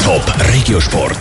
Top Regiosport.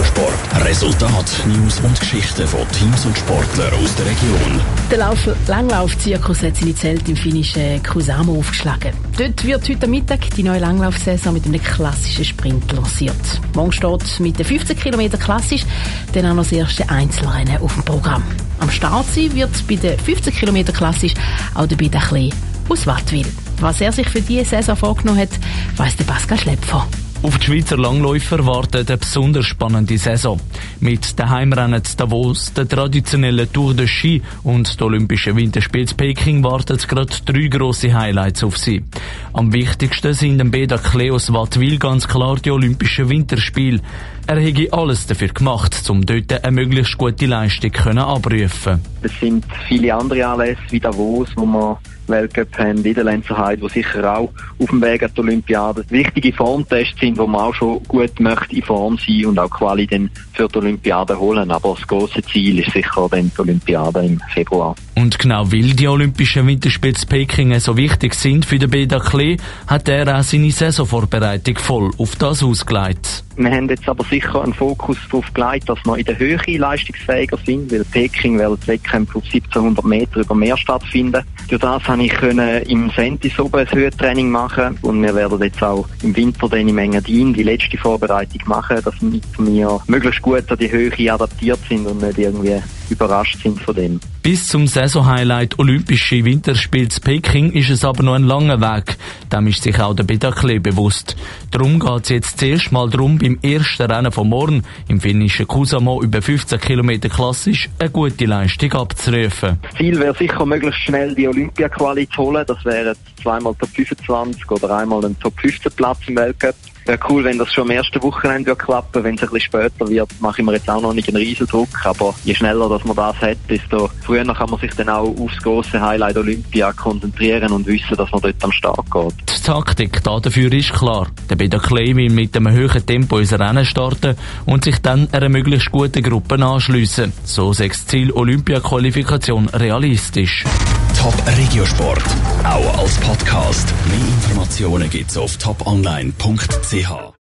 Resultat, News und Geschichten von Teams und Sportlern aus der Region. Der Langlauf-Zirkus hat seine Zelte im finnischen Kuusamo aufgeschlagen. Dort wird heute Mittag die neue Langlaufsaison mit einem klassischen Sprint lanciert. Morgen steht mit den 15 Kilometer klassisch dann auch noch das erste Einzelrennen auf dem Programm. Am Start sein wird bei den 15 Kilometer klassisch auch der Biathlon aus Wattwil. Was er sich für diese Saison vorgenommen hat, weiss der Pascal Schläpfer. Auf die Schweizer Langläufer wartet eine besonders spannende Saison. Mit den Heimrennen zu Davos, der traditionellen Tour de Ski und den Olympischen Winterspielen in Peking warten gerade 3 grosse Highlights auf sie. Am wichtigsten sind im Biathlon aus Wattwil ganz klar die Olympischen Winterspiele. Er hätte alles dafür gemacht, um dort eine möglichst gute Leistung abrufen. Es sind viele andere Anlässe wie Davos, wo wir Weltcup haben, Niederländerheit, die sicher auch auf dem Weg an die Olympiade wichtige Formtests sind, wo man auch schon gut möchte in Form sein und auch Quali dann für die Olympiade holen. Aber das grosse Ziel ist sicher dann die Olympiade im Februar. Und genau weil die Olympischen Winterspiele in Peking so wichtig sind für den Biathlon, hat er auch seine Saisonvorbereitung voll auf das ausgelegt. Wir haben jetzt aber sicher einen Fokus darauf gelegt, dass wir in der Höhe leistungsfähiger sind, weil Peking werden die Wettkämpfe auf 1700 Meter über Meer stattfinden. Durch das konnte ich im Sentis oben ein Höhentraining machen und wir werden jetzt auch im Winter dann im Engadin die letzte Vorbereitung machen, dass wir möglichst gut an die Höhe adaptiert sind und nicht irgendwie überrascht sind von dem. Bis zum Saisonhighlight Olympische Winterspiele in Peking ist es aber noch ein langer Weg. Dem ist sich auch der Biathlon bewusst. Darum geht es jetzt zuerst mal darum, beim ersten Rennen von morgen im finnischen Kuusamo über 15 Kilometer klassisch eine gute Leistung abzurufen. Das Ziel wäre sicher, möglichst schnell die Olympia-Quali zu holen. Das wäre zweimal Top 25 oder einmal ein Top 15 Platz im Weltcup. Wäre cool, wenn das schon am ersten Wochenende klappen. Wenn es ein bisschen später wird, mache ich mir jetzt auch noch nicht einen riesen Druck. Aber je schneller dass man das hat, desto früher kann man sich dann auch aufs grosse Highlight Olympia konzentrieren und wissen, dass man dort am Start geht. Die Taktik dafür ist klar. Der Biathlon will mit einem hohen Tempo ins Rennen starten und sich dann einer möglichst guten Gruppe anschliessen. So ist das Ziel Olympia-Qualifikation realistisch. Top Regiosport, auch als Podcast. Mehr Informationen gibt's auf toponline.ch.